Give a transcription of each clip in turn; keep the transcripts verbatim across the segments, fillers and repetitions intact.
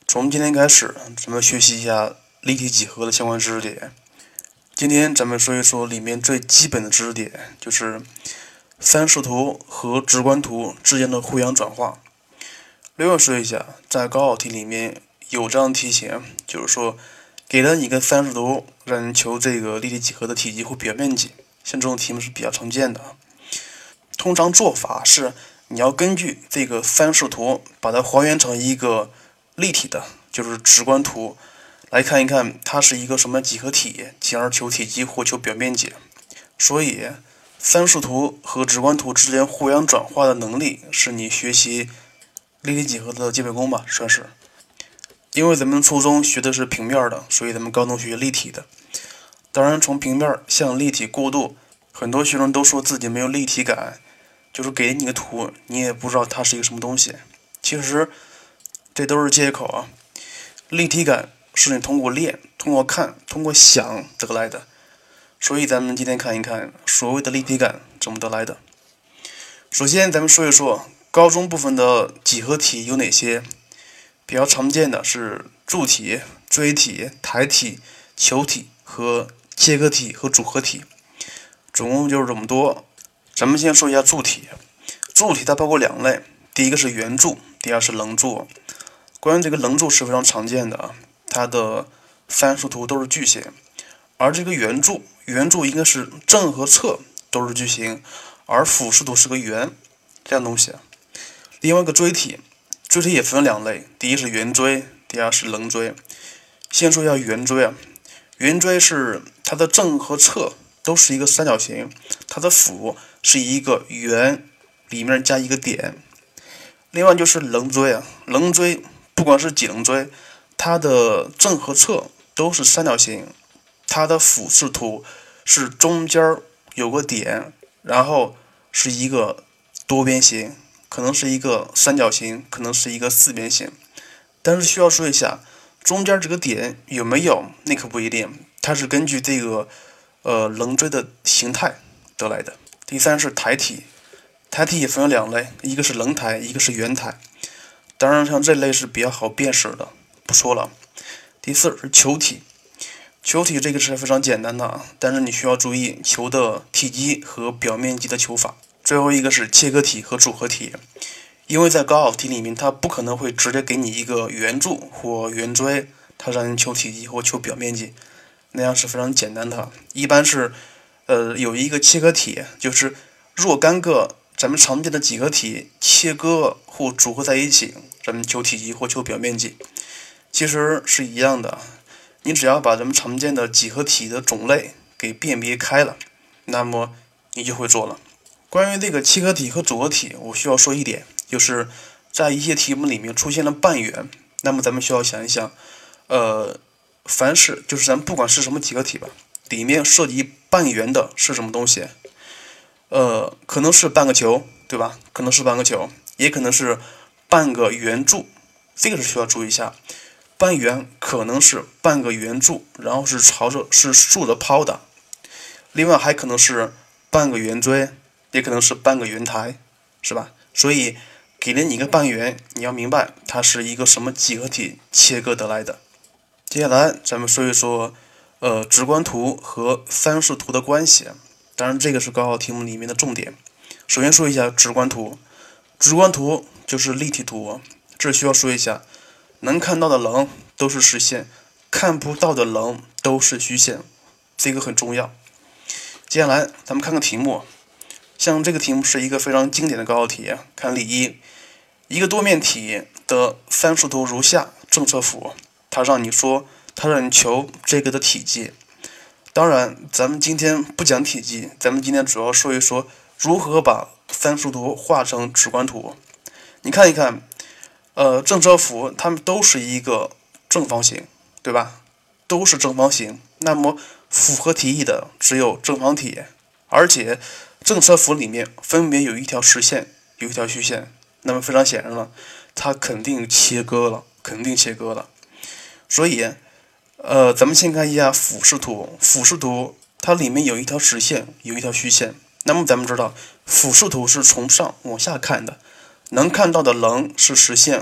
从今天开始，咱们学习一下立体几何的相关知识点。今天咱们说一说里面最基本的知识点，就是三视图和直观图之间的互相转化。另外说一下，在高考题里面有这样的题型，就是说给了你一个三视图，让你求这个立体几何的体积或表面积，像这种题目是比较常见的。通常做法是你要根据这个三视图，把它还原成一个立体的，就是直观图，来看一看它是一个什么几何体，进而求体积或求表面积。所以，三视图和直观图之间互相转化的能力，是你学习立体几何的基本功吧，算是。因为咱们初中学的是平面的，所以咱们高中学立体的。当然，从平面向立体过渡，很多学生都说自己没有立体感，就是给你个图，你也不知道它是一个什么东西。其实这都是借口啊！立体感是你通过练、通过看、通过想得来的。所以咱们今天看一看所谓的立体感怎么得来的。首先，咱们说一说高中部分的几何体有哪些。比较常见的是柱体、锥体、台体、球体和切割体和组合体，总共就是这么多。咱们先说一下柱体。柱体它包括两类，第一个是圆柱，第二是棱柱。关于这个棱柱是非常常见的啊，它的三视图都是矩形，而这个圆柱，圆柱应该是正和侧都是矩形，而俯视图是个圆，这样东西。另外一个锥体，锥体也分两类，第一是圆锥，第二是棱锥。先说一下圆锥啊，圆锥是它的正和侧都是一个三角形，它的俯是一个圆里面加一个点。另外就是棱锥啊，棱锥不管是几棱锥，它的正和侧都是三角形，它的俯视图是中间有个点，然后是一个多边形，可能是一个三角形，可能是一个四边形。但是需要说一下，中间这个点有没有，那可不一定，它是根据这个呃棱锥的形态得来的。第三是台体，台体也分为两类，一个是棱台，一个是圆台。当然，像这类是比较好辨识的，不说了。第四是球体，球体这个是非常简单的啊，但是你需要注意球的体积和表面积的求法。最后一个是切割体和组合体，因为在高考题里面，它不可能会直接给你一个圆柱或圆锥，它让你求体积或求表面积，那样是非常简单的。一般是，呃，有一个切割体，就是若干个咱们常见的几何体切割或组合在一起，咱们求体积或求表面积，其实是一样的。你只要把咱们常见的几何体的种类给辨别开了，那么你就会做了。关于这个切割体和组合体，我需要说一点，就是在一些题目里面出现了半圆，那么咱们需要想一想，呃，凡是就是咱不管是什么几何体吧，里面涉及半圆的是什么东西？呃，可能是半个球，对吧？可能是半个球，也可能是半个圆柱，这个是需要注意一下。半圆可能是半个圆柱，然后是朝着是竖着抛的。另外还可能是半个圆锥，也可能是半个圆台，是吧？所以给了你一个半圆，你要明白它是一个什么几何体切割得来的。接下来咱们说一说，呃，直观图和三视图的关系。当然，这个是高考题目里面的重点。首先说一下直观图，直观图就是立体图，这需要说一下，能看到的棱都是实线，看不到的棱都是虚线，这个很重要。接下来咱们看个题目，像这个题目是一个非常经典的高考题，看例一，一个多面体的三视图如下，正侧幅，它让你说，它让你求这个的体积。当然，咱们今天不讲体积，咱们今天主要说一说如何把三视图画成直观图。你看一看，呃，正车幅它们都是一个正方形，对吧？都是正方形，那么符合题意的只有正方体，而且正车幅里面分别有一条实线，有一条虚线，那么非常显然了，它肯定切割了，肯定切割了。所以，呃，咱们先看一下俯视图。俯视图它里面有一条实线，有一条虚线。那么咱们知道，俯视图是从上往下看的，能看到的棱是实线，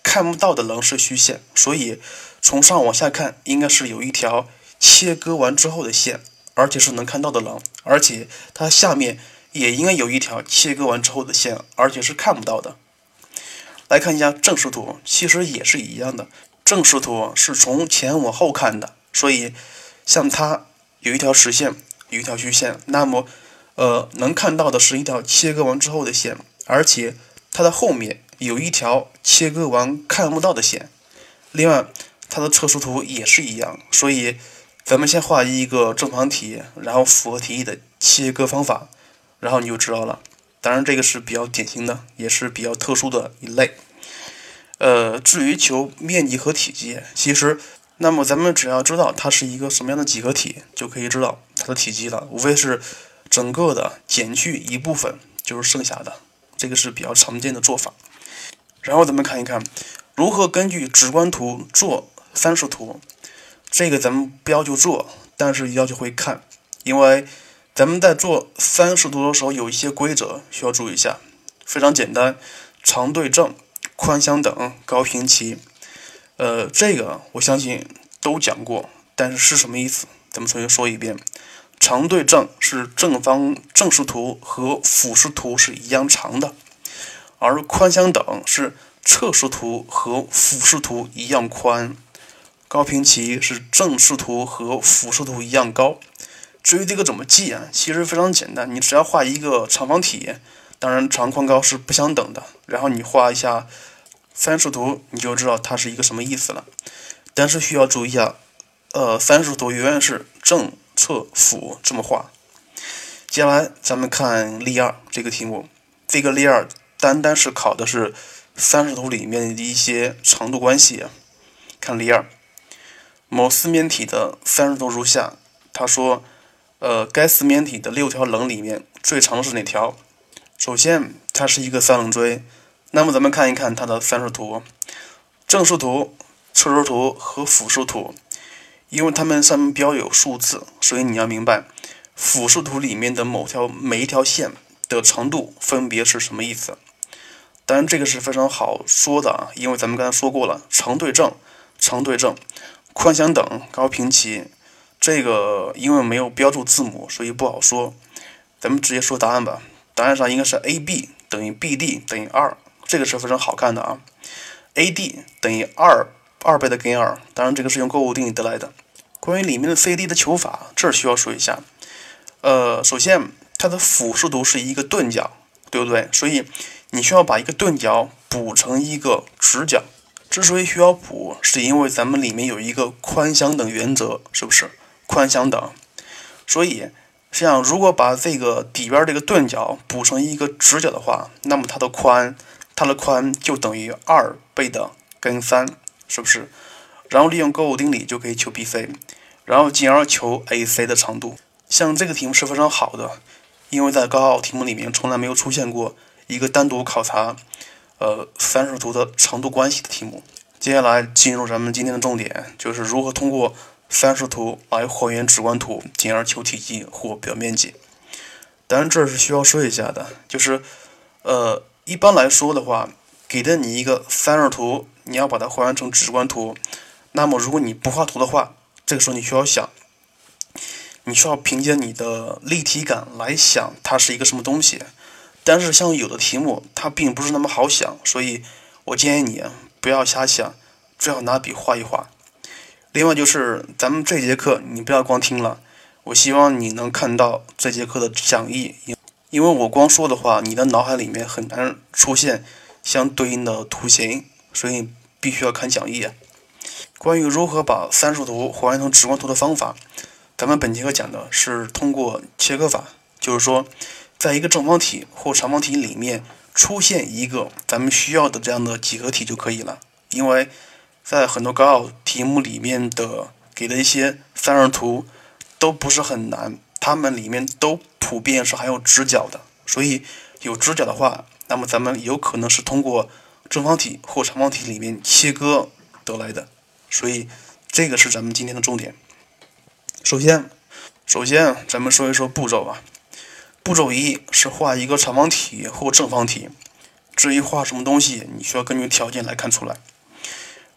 看不到的棱是虚线，所以从上往下看，应该是有一条切割完之后的线，而且是能看到的棱，而且它下面也应该有一条切割完之后的线，而且是看不到的。来看一下正视图，其实也是一样的，正视图是从前往后看的，所以像它有一条实线，有一条虚线，那么呃能看到的是一条切割完之后的线，而且它的后面有一条切割完看不到的线。另外它的侧视图也是一样，所以咱们先画一个正方体，然后符合题意的切割方法，然后你就知道了。当然这个是比较典型的，也是比较特殊的一类。呃，至于求面积和体积，其实那么咱们只要知道它是一个什么样的几何体，就可以知道它的体积了，无非是整个的减去一部分就是剩下的，这个是比较常见的做法。然后咱们看一看如何根据直观图做三视图，这个咱们不要求做，但是要求会看，因为咱们在做三视图的时候有一些规则需要注意一下，非常简单，长对正、宽相等、高平齐。呃，这个我相信都讲过，但是是什么意思？咱们重新说一遍。长对正是正方正视图和俯视图是一样长的，而宽相等是侧视图和俯视图一样宽，高平齐是正视图和俯视图一样高。至于这个怎么记啊？其实非常简单，你只要画一个长方体，当然长宽高是不相等的，然后你画一下三视图，你就知道它是一个什么意思了。但是需要注意一下，呃，三视图永远是正侧俯这么画。接下来咱们看例二这个题目，这个例二单单是考的是三视图里面的一些长度关系。看例二，某四面体的三视图如下，他说呃，该四面体的六条棱里面最长的是哪条？首先，它是一个三棱锥，那么咱们看一看它的三视图，正视图、侧视图和俯视图，因为它们上面标有数字，所以你要明白俯视图里面的某条每一条线的长度分别是什么意思。当然，这个是非常好说的啊，因为咱们刚才说过了，长对正、长对正、宽相等、高平齐。这个因为没有标注字母，所以不好说。咱们直接说答案吧。答案上应该是 A B 等于 B D 等于二，这个是非常好看的啊。A D 等于二二倍的根二，当然这个是用勾股定理得来的。关于里面的 C D 的求法，这儿需要说一下。呃，首先它的俯视图是一个钝角，对不对？所以你需要把一个钝角补成一个直角。之所以需要补，是因为咱们里面有一个宽相等原则，是不是？宽相等，所以像如果把这个底边这个钝角补成一个直角的话，那么它的宽，它的宽就等于二倍的根三，是不是？然后利用勾股定理就可以求 B C， 然后进而求 A C 的长度。像这个题目是非常好的，因为在高考题目里面从来没有出现过一个单独考察呃三视图的长度关系的题目。接下来进入咱们今天的重点，就是如何通过三视图来还原直观图，进而求体积或表面积。当然这是需要说一下的，就是呃一般来说的话，给了你一个三视图，你要把它还原成直观图，那么如果你不画图的话，这个时候你需要想，你需要凭借你的立体感来想它是一个什么东西。但是像有的题目它并不是那么好想，所以我建议你不要瞎想，最好拿笔画一画。另外就是咱们这节课你不要光听了，我希望你能看到这节课的讲义，因为我光说的话，你的脑海里面很难出现相对应的图形，所以必须要看讲义。关于如何把三视图还原成直观图的方法，咱们本节课讲的是通过切割法，就是说在一个正方体或长方体里面出现一个咱们需要的这样的几何体就可以了。因为在很多高考题目里面的给的一些三视图都不是很难，它们里面都普遍是含有直角的，所以有直角的话，那么咱们有可能是通过正方体或长方体里面切割得来的，所以这个是咱们今天的重点。首先首先咱们说一说步骤啊。步骤一是画一个长方体或正方体，至于画什么东西，你需要根据条件来看出来。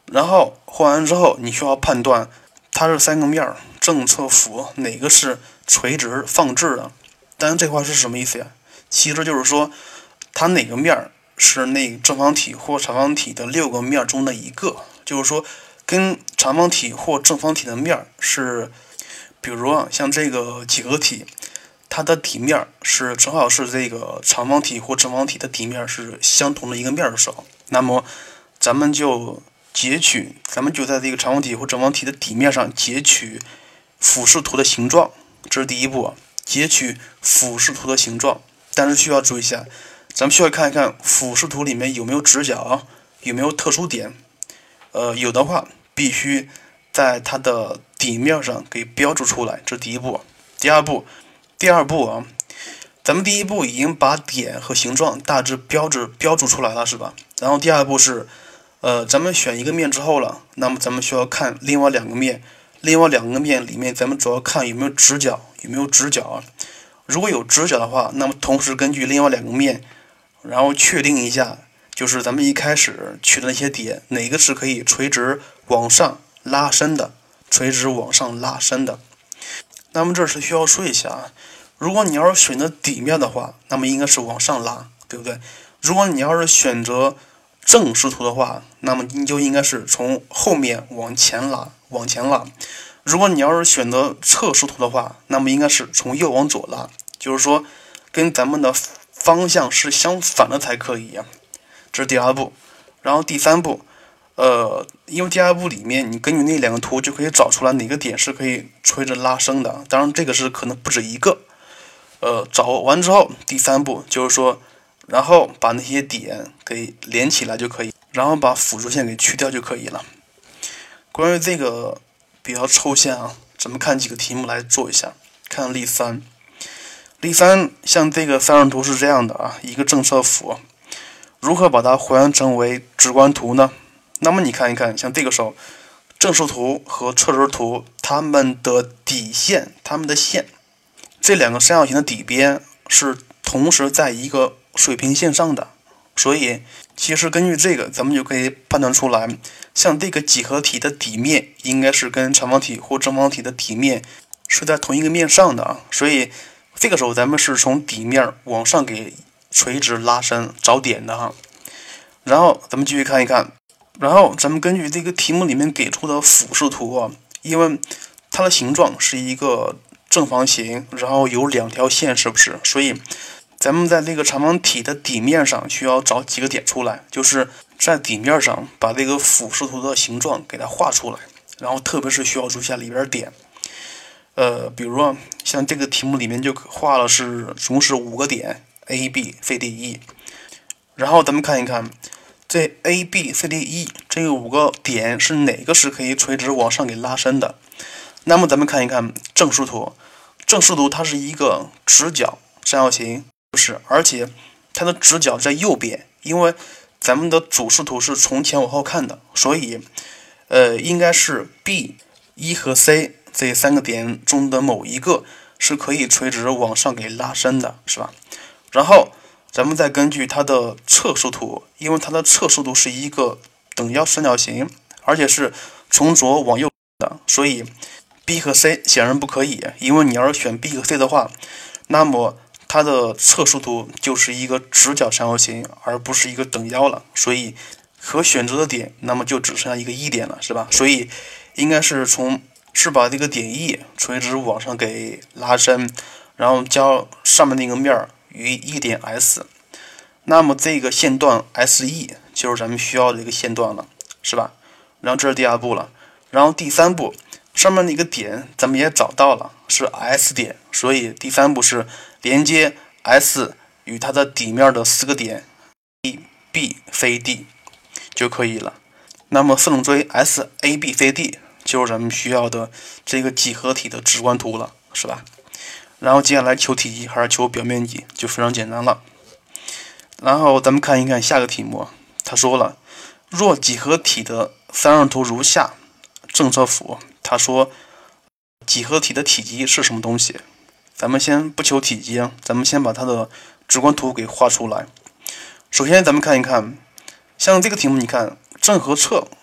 然后画完之后，你需要判断它这三个面正侧辅哪个是垂直放置的。但是这话是什么意思呀？其实就是说，它哪个面是那个正方体或长方体的六个面中的一个，就是说跟长方体或正方体的面是，比如啊，像这个几何体，它的底面是正好是这个长方体或正方体的底面是相同的一个面的时候，那么咱们就截取，咱们就在这个长方体或正方体的底面上截取俯视图的形状，这是第一步，截取俯视图的形状。但是需要注意一下，咱们需要看一看俯视图里面有没有直角，有没有特殊点。呃，有的话必须在它的底面上给标注出来，这是第一步。第二步，第二步啊，咱们第一步已经把点和形状大致标志标注出来了，是吧？然后第二步是，呃，咱们选一个面之后了，那么咱们需要看另外两个面，另外两个面里面，咱们主要看有没有直角，有没有直角啊？如果有直角的话，那么同时根据另外两个面，然后确定一下，就是咱们一开始取的那些点，哪个是可以垂直往上拉伸的，垂直往上拉伸的。那么这是需要说一下啊，如果你要是选择底面的话，那么应该是往上拉，对不对？如果你要是选择正视图的话，那么你就应该是从后面往前拉，往前拉。如果你要是选择侧视图的话，那么应该是从右往左拉，就是说跟咱们的方向是相反的才可以呀。这是第二步。然后第三步，呃，因为第二步里面你根据那两个图就可以找出来哪个点是可以垂直拉伸的，当然这个是可能不止一个。呃，找完之后，第三步就是说，然后把那些点给连起来就可以，然后把辅助线给去掉就可以了。关于这个比较抽象啊，咱们看几个题目来做一下。看例三，例三像这个三视图是这样的啊，一个正侧辅，如何把它还原成为直观图呢？那么你看一看，像这个时候，正视图和侧视图它们的底线，它们的线，这两个三角形的底边是同时在一个水平线上的，所以其实根据这个，咱们就可以判断出来，像这个几何体的底面应该是跟长方体或正方体的底面是在同一个面上的啊，所以这个时候咱们是从底面往上给垂直拉伸找点的哈。然后咱们继续看一看，然后咱们根据这个题目里面给出的俯视图啊，因为它的形状是一个正方形，然后有两条线，是不是？所以咱们在这个长方体的底面上需要找几个点出来，就是在底面上把这个俯视图的形状给它画出来，然后特别是需要注意一下里边点。呃，比如啊，像这个题目里面就画了是总共是五个点 A B C D E， 然后咱们看一看这 A B C D E 这五个点是哪个是可以垂直往上给拉伸的。那么咱们看一看正视图，正视图它是一个直角三角形，不是，而且它的直角在右边，因为咱们的主视图是从前往后看的，所以呃应该是 B、E 和 C 这三个点中的某一个是可以垂直往上给拉伸的，是吧？然后咱们再根据它的侧视图，因为它的侧视图是一个等腰三角形，而且是从左往右的，所以 B 和 C 显然不可以，因为你要是选 B 和 C 的话，那么它的侧视图就是一个直角三角形，而不是一个等腰了，所以可选择的点那么就只剩下一个 E 点了，是吧？所以应该是从是把这个点 E 垂直往上给拉伸，然后将上面那个面与 E 点 S， 那么这个线段 S E 就是咱们需要的一个线段了，是吧？然后这是第二步了，然后第三步上面那个点咱们也找到了，是 S 点，所以第三步是连接 S 与它的底面的四个点 A B C D 就可以了。那么四等锥 S A B C D 就是咱们需要的这个几何体的直观图了，是吧？然后接下来求体积还是求表面积就非常简单了。然后咱们看一看下个题目，他说了，若几何体的三视图如下，正侧辅，他说几何体的体积是什么东西？咱们先不求体积，咱们先把它的直观图给画出来。首先咱们看一看，像这个题目，你看正和侧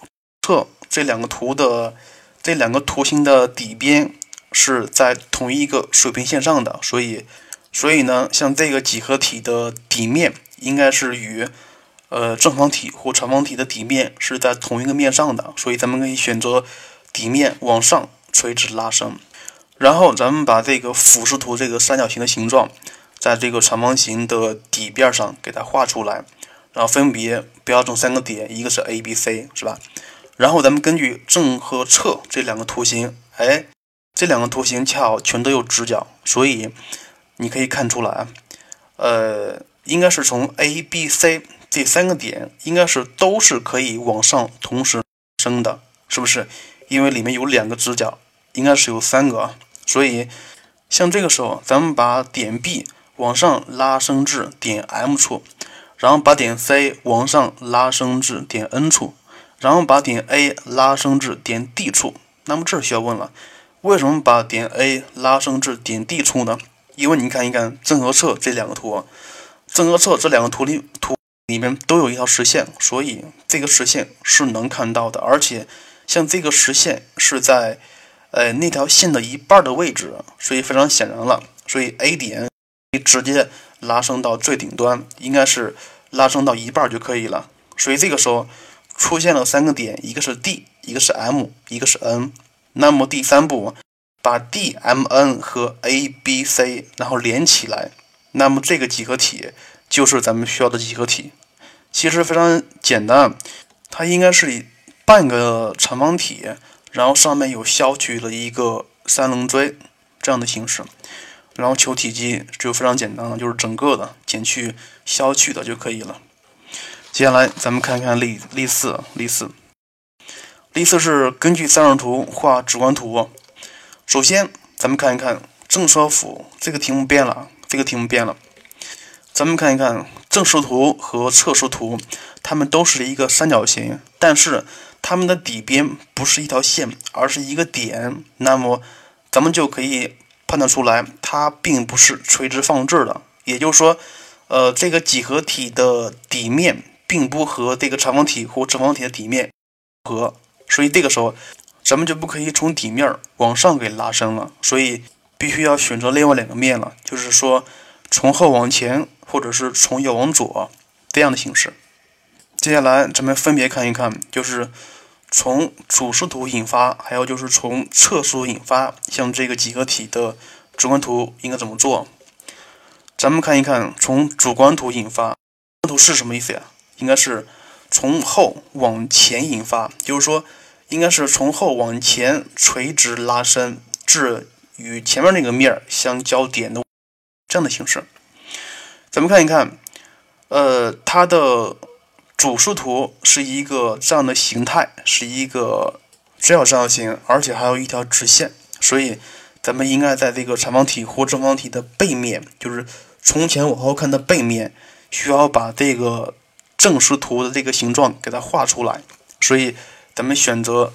侧这两个图的这两个图形的底边是在同一个水平线上的，所以所以呢，像这个几何体的底面应该是与呃正方体或长方体的底面是在同一个面上的，所以咱们可以选择底面往上垂直拉伸。然后咱们把这个俯视图这个三角形的形状，在这个长方形的底边上给它画出来，然后分别标成三个点，一个是 A、B、C， 是吧？然后咱们根据正和侧这两个图形，哎，这两个图形恰好全都有直角，所以你可以看出来，呃，应该是从 A、B、C 这三个点，应该是都是可以往上同时升的，是不是？因为里面有两个直角，应该是有三个啊。所以，像这个时候，咱们把点 B 往上拉升至点 M 处，然后把点 C 往上拉升至点 N 处，然后把点 A 拉升至点 D 处。那么这需要问了，为什么把点 A 拉升至点 D 处呢？因为你看一看正和侧这两个图，正和侧这两个图里图里面都有一条实线，所以这个实线是能看到的，而且像这个实线是在呃，那条线的一半的位置，所以非常显然了，所以 A 点直接拉升到最顶端，应该是拉升到一半就可以了。所以这个时候出现了三个点，一个是 D， 一个是 M， 一个是 N。那么第三步，把 D、M、N 和 A、B、C 然后连起来，那么这个几何体就是咱们需要的几何体。其实非常简单，它应该是以半个长方体，然后上面有削去了一个三棱锥这样的形式，然后求体积就非常简单了，就是整个的减去削去的就可以了。接下来咱们看看例例四，例四，例四是根据三视图画直观图。首先咱们看一看正车幅，这个题目变了，这个题目变了。咱们看一看正视图和侧视图，它们都是一个三角形，但是它们的底边不是一条线，而是一个点。那么咱们就可以判断出来，它并不是垂直放置的。也就是说，呃，这个几何体的底面并不和这个长方体或正方体的底面合，所以这个时候咱们就不可以从底面往上给拉伸了，所以必须要选择另外两个面了，就是说从后往前，或者是从右往左这样的形式。接下来咱们分别看一看，就是从主视图引发，还有就是从侧视图引发，像这个几何体的直观图应该怎么做？咱们看一看从主观图引发，主观图是什么意思呀？应该是从后往前引发，就是说应该是从后往前垂直拉伸至与前面那个面相交点的这样的形式。咱们看一看，呃，它的主视图是一个这样的形态，是一个直角三角形，而且还有一条直线，所以咱们应该在这个长方体或正方体的背面，就是从前往后看的背面，需要把这个正视图的这个形状给它画出来。所以咱们选择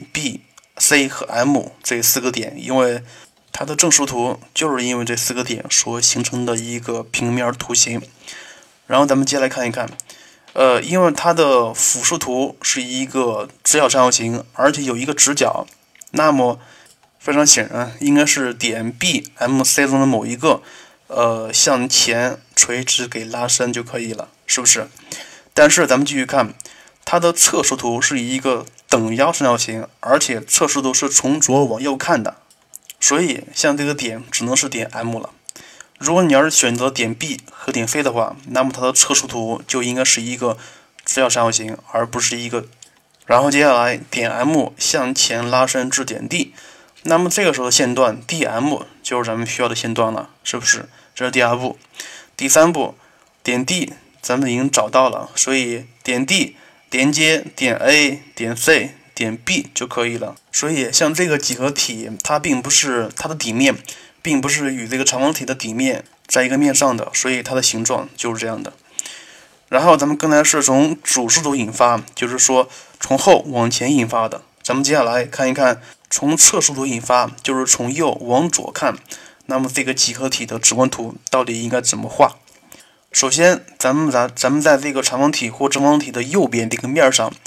A、B、C 和 M 这四个点，因为它的正视图就是因为这四个点所形成的一个平面图形。然后咱们接下来看一看，呃，因为它的俯视图是一个直角三角形，而且有一个直角，那么非常显然应该是点 B、M、C 中的某一个，呃，向前垂直给拉伸就可以了，是不是？但是咱们继续看，它的侧视图是一个等腰三角形，而且侧视图是从左往右看的，所以像这个点只能是点 M 了。如果你要是选择点 B 和点 C 的话，那么它的侧视图就应该是一个直角三角形，而不是一个。然后接下来点 M 向前拉伸至点 D， 那么这个时候的线段 D M 就是咱们需要的线段了，是不是？这是第二步。第三步，点 D 咱们已经找到了，所以点 D 连接点 A、点 C、点 B 就可以了。所以像这个几何体，它并不是它的底面并不是与这个长方体的底面在一个面上的，所以它的形状就是这样的。然后咱们刚才是从主视图引发，就是说从后往前引发的。咱们接下来看一看从侧视图引发，就是从右往左看，那么这个几何体的直观图到底应该怎么画？首先咱们在咱们在这个长方体或正方体的右边这个面上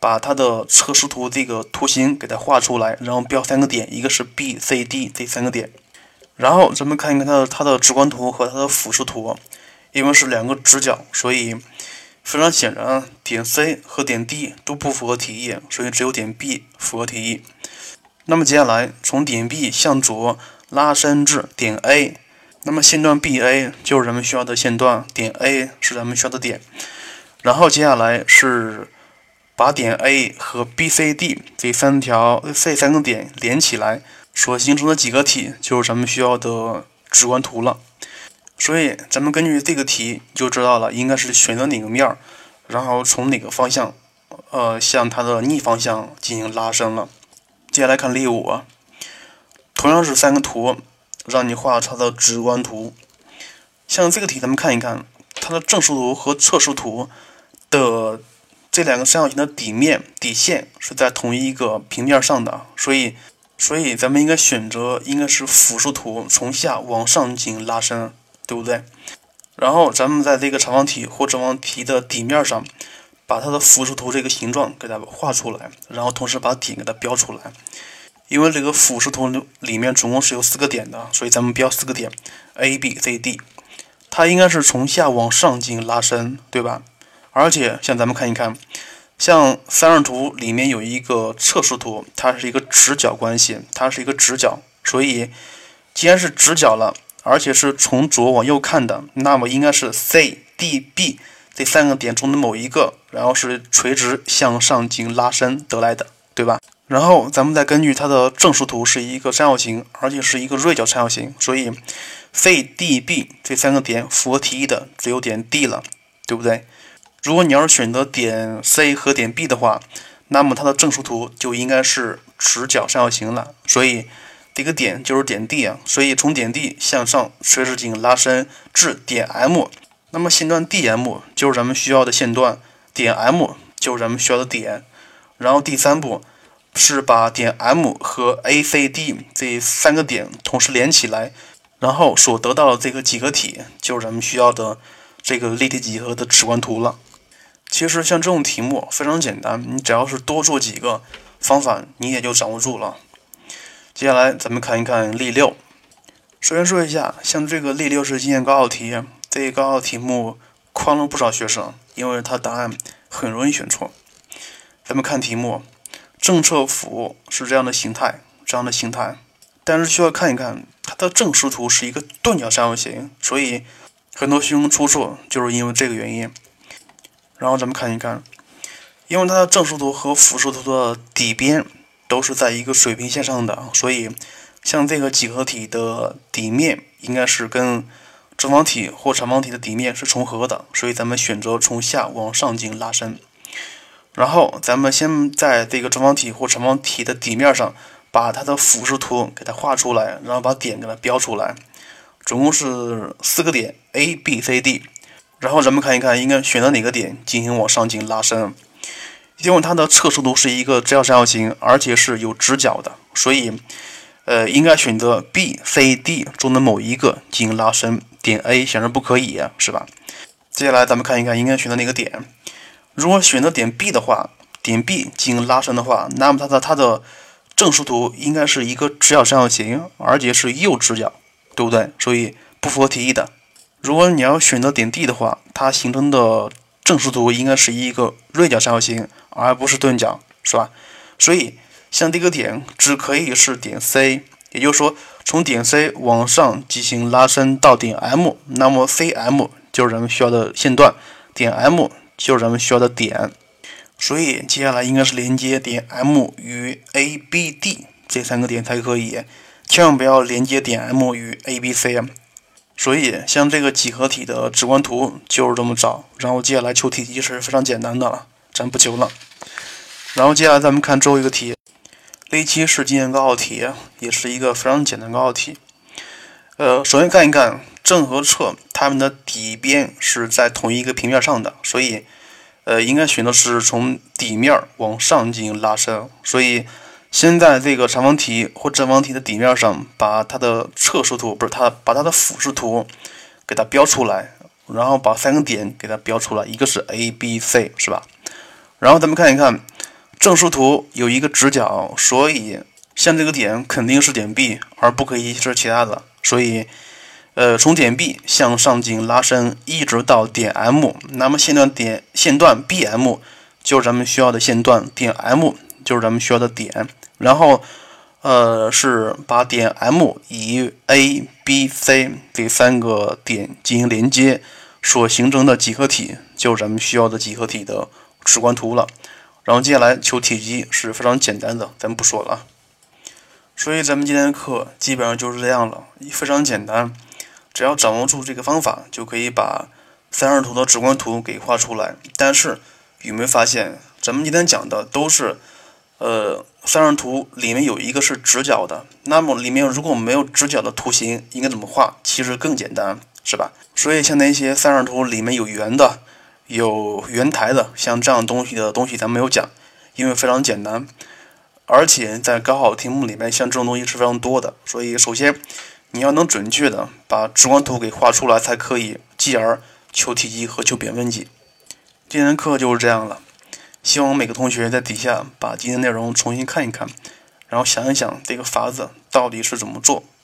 把它的测视图这个图形给它画出来，然后标三个点，一个是 B、C、D 这三个点。然后咱们看一看它的它的直观图和它的俯视图，因为是两个直角，所以非常显然，点 C 和点 D 都不符合题意，所以只有点 B 符合题意。那么接下来从点 B 向左拉伸至点 A， 那么线段 B A 就是咱们需要的线段，点 A 是咱们需要的点。然后接下来是把点 A 和 B、C、D 这三条这三个点连起来所形成的几何体，就是咱们需要的直观图了。所以咱们根据这个题就知道了，应该是选择哪个面，然后从哪个方向，呃，向它的逆方向进行拉伸了。接下来看例五，同样是三个图，让你画它的直观图。像这个题，咱们看一看它的正视图和侧视图的这两个三角形的底面底线是在同一个平面上的，所以，所以咱们应该选择应该是俯视图，从下往上进行拉伸，对不对？然后咱们在这个长方体或正方体的底面上，把它的俯视图这个形状给它画出来，然后同时把点给它标出来。因为这个俯视图里面总共是有四个点的，所以咱们标四个点 A、B、C、D， 它应该是从下往上进行拉伸，对吧？而且像咱们看一看，像三视图里面有一个侧视图，它是一个直角关系，它是一个直角，所以既然是直角了，而且是从左往右看的，那么应该是 C、D、B 这三个点中的某一个，然后是垂直向上进行拉伸得来的，对吧？然后咱们再根据它的正视图是一个三角形，而且是一个锐角三角形，所以 C、D、B 这三个点符合题意的只有点 D 了，对不对？如果你要是选择点 C 和点 B 的话，那么它的正视图就应该是直角三角形了，所以这个点就是点 D 啊，所以从点 D 向上垂直进行拉伸至点 M， 那么线段 D M 就是咱们需要的线段，点 M 就是咱们需要的点，然后第三步是把点 M 和 A、C、D 这三个点同时连起来，然后所得到的这个几何体就是咱们需要的这个立体几何的直观图了。其实像这种题目非常简单，你只要是多做几个方法，你也就掌握住了。接下来咱们看一看例六。首先说一下，像这个例六是今年高考题，这个高考题目诓了不少学生，因为它答案很容易选错。咱们看题目，正侧幅是这样的形态，这样的形态，但是需要看一看它的正视图是一个钝角三角形，所以很多学生出错就是因为这个原因。然后咱们看一看，因为它的正视图和俯视图的底边都是在一个水平线上的，所以像这个几何体的底面应该是跟正方体或长方体的底面是重合的，所以咱们选择从下往上进行拉伸。然后咱们先在这个正方体或长方体的底面上把它的俯视图给它画出来，然后把点给它标出来，总共是四个点 A、B、C、D。然后咱们看一看应该选择哪个点进行往上进行拉伸。因为它的侧视图是一个直角三角形，而且是有直角的，所以呃应该选择 B、C、D 中的某一个进行拉伸，点 A 显然不可以，是吧？接下来咱们看一看应该选择哪个点。如果选择点 B 的话，点 B 进行拉伸的话，那么它的它的正视图应该是一个直角三角形，而且是右直角，对不对？所以不符合题意的。如果你要选择点 D 的话，它形成的正视图应该是一个锐角三角形，而不是钝角，是吧？所以像这个点只可以是点 C， 也就是说从点 C 往上进行拉伸到点 M， 那么 C M 就是咱们需要的线段，点 M 就是咱们需要的点，所以接下来应该是连接点 M 与 A、B、D 这三个点才可以，千万不要连接点 M 与 A、B、C。所以像这个几何体的直观图就是这么找，然后接下来求体积是非常简单的了，咱不求了。然后接下来咱们看最后一个题，例七是今年高考题，也是一个非常简单高考题。呃，首先看一看正和侧，它们的底边是在同一个平面上的，所以呃应该选的是从底面往上进行拉伸，所以先在这个长方体或正方体的底面上，把它的侧视图，不是它，把它的俯视图给它标出来，然后把三个点给它标出来，一个是 A、B、C， 是吧？然后咱们看一看正视图有一个直角，所以像这个点肯定是点 B， 而不可以是其他的。所以，呃，从点 B 向上进拉伸，一直到点 M， 那么线段点线段 B M 就是咱们需要的线段，点 M 就是咱们需要的点。然后，呃，是把点 M 以 A、B、C 这三个点进行连接所形成的几何体，就是咱们需要的几何体的直观图了。然后接下来求体积是非常简单的，咱们不说了啊。所以咱们今天的课基本上就是这样了，非常简单，只要掌握住这个方法，就可以把三视图的直观图给画出来。但是有没有发现，咱们今天讲的都是呃三视图里面有一个是直角的，那么里面如果没有直角的图形，应该怎么画？其实更简单，是吧？所以像那些三视图里面有圆的，有圆台的，像这样东西的东西咱没有讲，因为非常简单，而且在高考题目里面像这种东西是非常多的，所以首先你要能准确的把直观图给画出来才可以，继而求体积和求扁分积。今天的课就是这样了，希望每个同学在底下把今天内容重新看一看，然后想一想这个法子到底是怎么做。